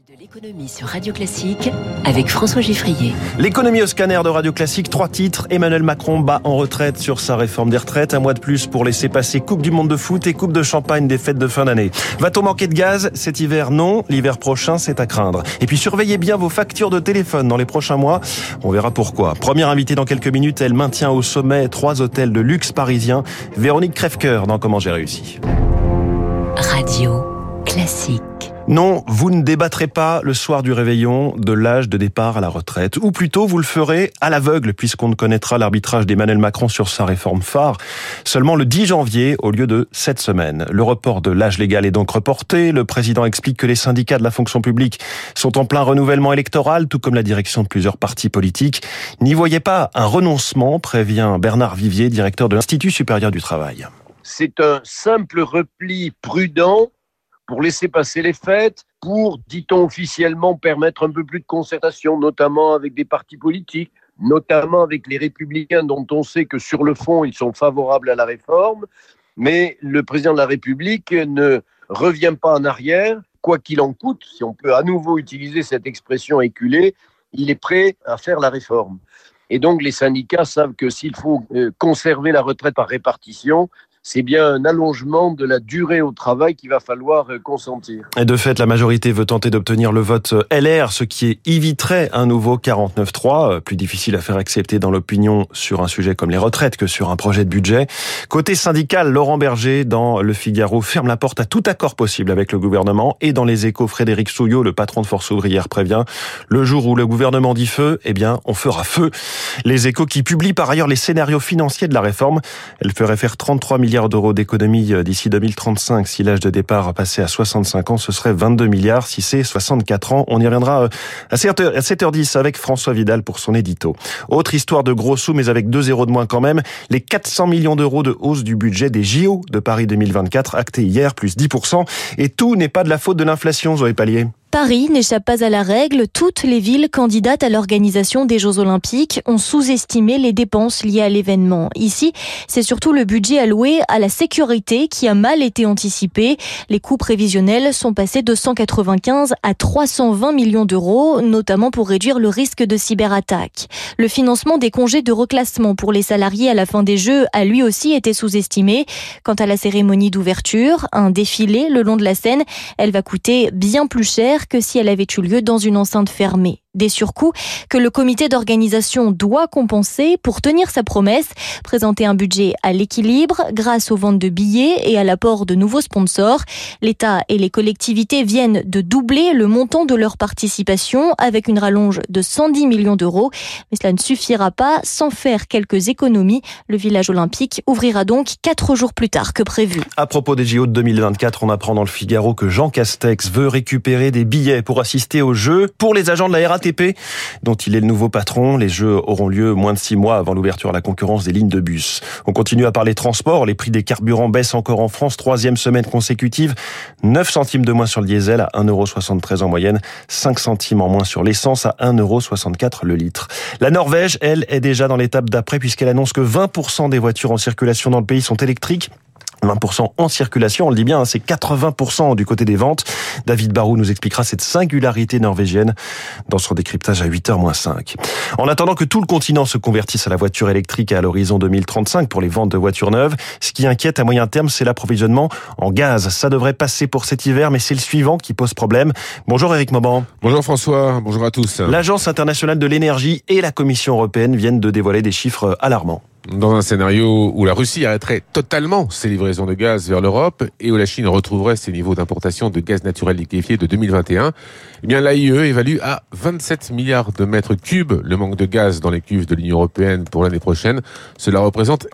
De l'économie sur Radio Classique avec François Giffrier. L'économie au scanner de Radio Classique, 3 titres. Emmanuel Macron bat en retraite sur sa réforme des retraites. Un mois de plus pour laisser passer Coupe du Monde de foot et Coupe de Champagne des fêtes de fin d'année. Va-t-on manquer de gaz cet hiver? Non. L'hiver prochain, c'est à craindre. Et puis surveillez bien vos factures de téléphone dans les prochains mois. On verra pourquoi. Première invitée dans quelques minutes, elle maintient au sommet 3 hôtels de luxe parisiens. Véronique Crèvecoeur dans Comment j'ai réussi. Radio Classique. Non, vous ne débattrez pas le soir du réveillon de l'âge de départ à la retraite. Ou plutôt, vous le ferez à l'aveugle, puisqu'on ne connaîtra l'arbitrage d'Emmanuel Macron sur sa réforme phare seulement le 10 janvier, au lieu de cette semaine. Le report de l'âge légal est donc reporté. Le président explique que les syndicats de la fonction publique sont en plein renouvellement électoral, tout comme la direction de plusieurs partis politiques. N'y voyez pas un renoncement, prévient Bernard Vivier, directeur de l'Institut supérieur du travail. C'est un simple repli prudent pour laisser passer les fêtes, pour, dit-on officiellement, permettre un peu plus de concertation, notamment avec des partis politiques, notamment avec les Républicains, dont on sait que sur le fond, ils sont favorables à la réforme. Mais le président de la République ne revient pas en arrière, quoi qu'il en coûte, si on peut à nouveau utiliser cette expression éculée, il est prêt à faire la réforme. Et donc les syndicats savent que s'il faut conserver la retraite par répartition, c'est bien un allongement de la durée au travail qu'il va falloir consentir. Et de fait, la majorité veut tenter d'obtenir le vote LR, ce qui éviterait un nouveau 49-3, plus difficile à faire accepter dans l'opinion sur un sujet comme les retraites que sur un projet de budget. Côté syndical, Laurent Berger, dans Le Figaro, ferme la porte à tout accord possible avec le gouvernement. Et dans Les Échos, Frédéric Souillot, le patron de Force ouvrière, prévient: le jour où le gouvernement dit feu, eh bien, on fera feu. Les Échos qui publient par ailleurs les scénarios financiers de la réforme. Elle ferait faire 33 milliards d'euros d'économies d'ici 2035. Si l'âge de départ passait à 65 ans, ce serait 22 milliards si c'est 64 ans. On y reviendra à 7h10 avec François Vidal pour son édito. Autre histoire de gros sous, mais avec 2 zéros de moins quand même. Les 400 millions d'euros de hausse du budget des JO de Paris 2024, acté hier, plus 10%. Et tout n'est pas de la faute de l'inflation, Zoé Pallier. Paris n'échappe pas à la règle. Toutes les villes candidates à l'organisation des Jeux Olympiques ont sous-estimé les dépenses liées à l'événement. Ici, c'est surtout le budget alloué à la sécurité qui a mal été anticipé. Les coûts prévisionnels sont passés de 195 à 320 millions d'euros, notamment pour réduire le risque de cyberattaque. Le financement des congés de reclassement pour les salariés à la fin des Jeux a lui aussi été sous-estimé. Quant à la cérémonie d'ouverture, un défilé le long de la Seine, elle va coûter bien plus cher que si elle avait eu lieu dans une enceinte fermée. Des surcoûts que le comité d'organisation doit compenser pour tenir sa promesse, présenter un budget à l'équilibre grâce aux ventes de billets et à l'apport de nouveaux sponsors. L'État et les collectivités viennent de doubler le montant de leur participation avec une rallonge de 110 millions d'euros. Mais cela ne suffira pas sans faire quelques économies. Le village olympique ouvrira donc 4 jours plus tard que prévu. À propos des JO de 2024, on apprend dans Le Figaro que Jean Castex veut récupérer des billets pour assister aux Jeux pour les agents de la RATP, dont il est le nouveau patron. Les Jeux auront lieu moins de 6 mois avant l'ouverture à la concurrence des lignes de bus. On continue à parler transport. Les prix des carburants baissent encore en France, 3e semaine consécutive. 9 centimes de moins sur le diesel à 1,73 € en moyenne. 5 centimes en moins sur l'essence à 1,64 € le litre. La Norvège, elle, est déjà dans l'étape d'après puisqu'elle annonce que 20% des voitures en circulation dans le pays sont électriques. 20% en circulation, on le dit bien, c'est 80% du côté des ventes. David Barou nous expliquera cette singularité norvégienne dans son décryptage à 8h-5. En attendant que tout le continent se convertisse à la voiture électrique à l'horizon 2035 pour les ventes de voitures neuves, ce qui inquiète à moyen terme, c'est l'approvisionnement en gaz. Ça devrait passer pour cet hiver, mais c'est le suivant qui pose problème. Bonjour Éric Mauban. Bonjour François, bonjour à tous. L'Agence internationale de l'énergie et la Commission européenne viennent de dévoiler des chiffres alarmants. Dans un scénario où la Russie arrêterait totalement ses livraisons de gaz vers l'Europe et où la Chine retrouverait ses niveaux d'importation de gaz naturel liquéfié de 2021, eh bien l'AIE évalue à 27 milliards de mètres cubes le manque de gaz dans les cuves de l'Union européenne pour l'année prochaine. Cela représente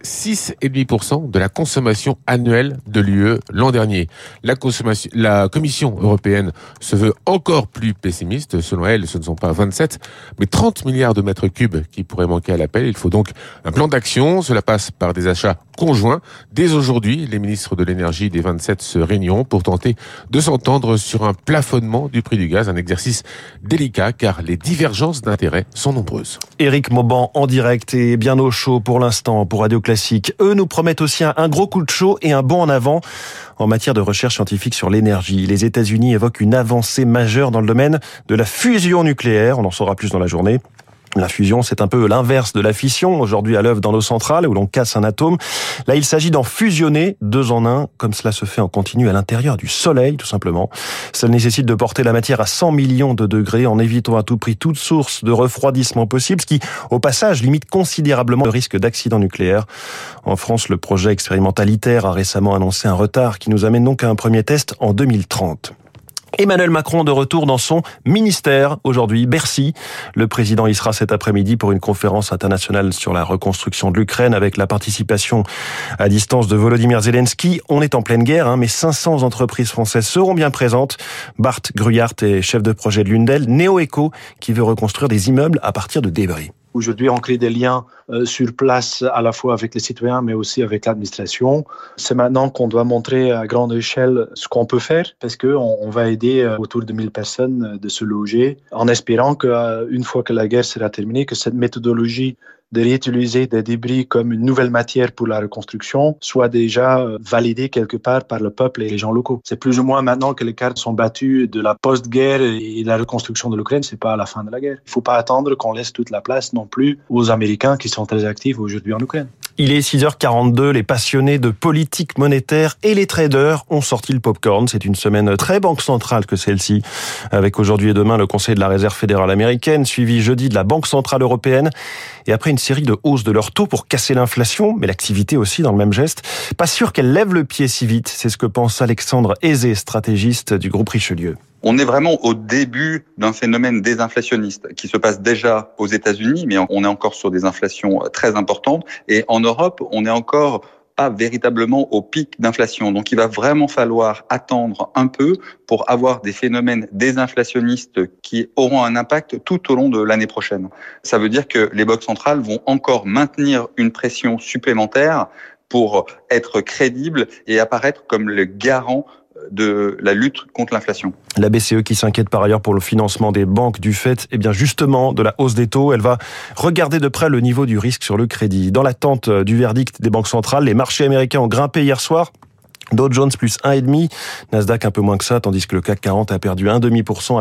6,5% de la consommation annuelle de l'UE l'an dernier. La Commission européenne se veut encore plus pessimiste. Selon elle, ce ne sont pas 27, mais 30 milliards de mètres cubes qui pourraient manquer à l'appel. Il faut donc un plan d'action solution. Cela passe par des achats conjoints. Dès aujourd'hui, les ministres de l'énergie des 27 se réuniront pour tenter de s'entendre sur un plafonnement du prix du gaz, un exercice délicat car les divergences d'intérêts sont nombreuses. Éric Mauban en direct et bien au chaud pour l'instant pour Radio Classique. Eux nous promettent aussi un gros coup de chaud et un bond en avant en matière de recherche scientifique sur l'énergie. Les États-Unis évoquent une avancée majeure dans le domaine de la fusion nucléaire. On en saura plus dans la journée. La fusion, c'est un peu l'inverse de la fission, aujourd'hui à l'œuvre dans nos centrales, où l'on casse un atome. Là, il s'agit d'en fusionner 2 en 1, comme cela se fait en continu à l'intérieur du Soleil, tout simplement. Cela nécessite de porter la matière à 100 millions de degrés, en évitant à tout prix toute source de refroidissement possible, ce qui, au passage, limite considérablement le risque d'accident nucléaire. En France, le projet expérimental ITER a récemment annoncé un retard qui nous amène donc à un premier test en 2030. Emmanuel Macron de retour dans son ministère aujourd'hui, Bercy. Le président y sera cet après-midi pour une conférence internationale sur la reconstruction de l'Ukraine avec la participation à distance de Volodymyr Zelensky. On est en pleine guerre, mais 500 entreprises françaises seront bien présentes. Bart Gruyart est chef de projet de l'une d'elles, NeoEco, qui veut reconstruire des immeubles à partir de débris. Aujourd'hui, on crée des liens sur place à la fois avec les citoyens mais aussi avec l'administration. C'est maintenant qu'on doit montrer à grande échelle ce qu'on peut faire parce qu'on va aider autour de 1000 personnes de se loger en espérant qu'une fois que la guerre sera terminée, que cette méthodologie de réutiliser des débris comme une nouvelle matière pour la reconstruction soit déjà validée quelque part par le peuple et les gens locaux. C'est plus ou moins maintenant que les cartes sont battues de la post-guerre et la reconstruction de l'Ukraine, c'est pas à la fin de la guerre. Il faut pas attendre qu'on laisse toute la place non plus aux Américains qui sont très actifs aujourd'hui en Ukraine. Il est 6h42, les passionnés de politique monétaire et les traders ont sorti le popcorn. C'est une semaine très banque centrale que celle-ci, avec aujourd'hui et demain le Conseil de la Réserve fédérale américaine, suivi jeudi de la Banque centrale européenne, et après une série de hausses de leurs taux pour casser l'inflation, mais l'activité aussi dans le même geste. Pas sûr qu'elle lève le pied si vite, c'est ce que pense Alexandre Aizé, stratégiste du groupe Richelieu. On est vraiment au début d'un phénomène désinflationniste qui se passe déjà aux États-Unis, mais on est encore sur des inflations très importantes. Et en Europe, on n'est encore pas véritablement au pic d'inflation. Donc il va vraiment falloir attendre un peu pour avoir des phénomènes désinflationnistes qui auront un impact tout au long de l'année prochaine. Ça veut dire que les banques centrales vont encore maintenir une pression supplémentaire pour être crédibles et apparaître comme le garant de la lutte contre l'inflation. La BCE qui s'inquiète par ailleurs pour le financement des banques du fait, justement, de la hausse des taux. Elle va regarder de près le niveau du risque sur le crédit. Dans l'attente du verdict des banques centrales, les marchés américains ont grimpé hier soir. Dow Jones plus 1,5%, Nasdaq un peu moins que ça, tandis que le CAC 40 a perdu 1,5% à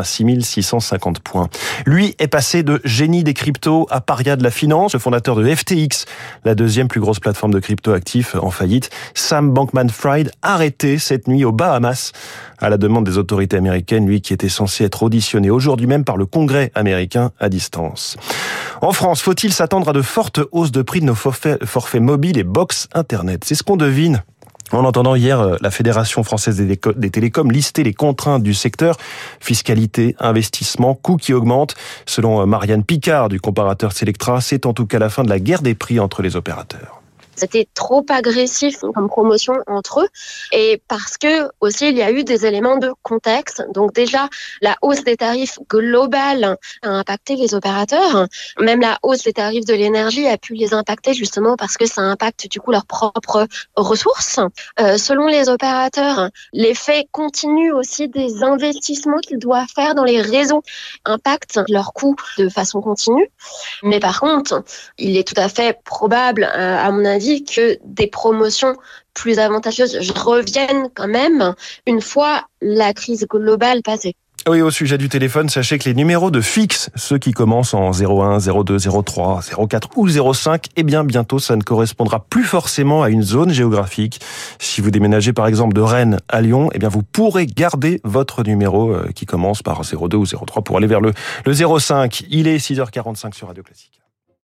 6650 points. Lui est passé de génie des cryptos à paria de la finance. Le fondateur de FTX, la deuxième plus grosse plateforme de crypto actifs en faillite, Sam Bankman-Fried, arrêté cette nuit aux Bahamas à la demande des autorités américaines, lui qui était censé être auditionné aujourd'hui même par le Congrès américain à distance. En France, faut-il s'attendre à de fortes hausses de prix de nos forfaits mobiles et box Internet? C'est ce qu'on devine en entendant hier la Fédération française des télécoms lister les contraintes du secteur, fiscalité, investissement, coûts qui augmentent. Selon Marianne Picard du comparateur Selectra, c'est en tout cas la fin de la guerre des prix entre les opérateurs. C'était trop agressif comme promotion entre eux et parce que aussi il y a eu des éléments de contexte. Donc déjà, la hausse des tarifs globale a impacté les opérateurs. Même la hausse des tarifs de l'énergie a pu les impacter justement parce que ça impacte du coup leurs propres ressources. Selon les opérateurs, l'effet continu aussi des investissements qu'ils doivent faire dans les réseaux impacte leurs coûts de façon continue. Mais par contre, il est tout à fait probable, à mon avis, que des promotions plus avantageuses reviennent quand même une fois la crise globale passée. Oui, au sujet du téléphone, sachez que les numéros de fixe, ceux qui commencent en 01, 02, 03, 04 ou 05, bientôt ça ne correspondra plus forcément à une zone géographique. Si vous déménagez par exemple de Rennes à Lyon, vous pourrez garder votre numéro qui commence par 02 ou 03 pour aller vers le 05. Il est 6h45 sur Radio Classique.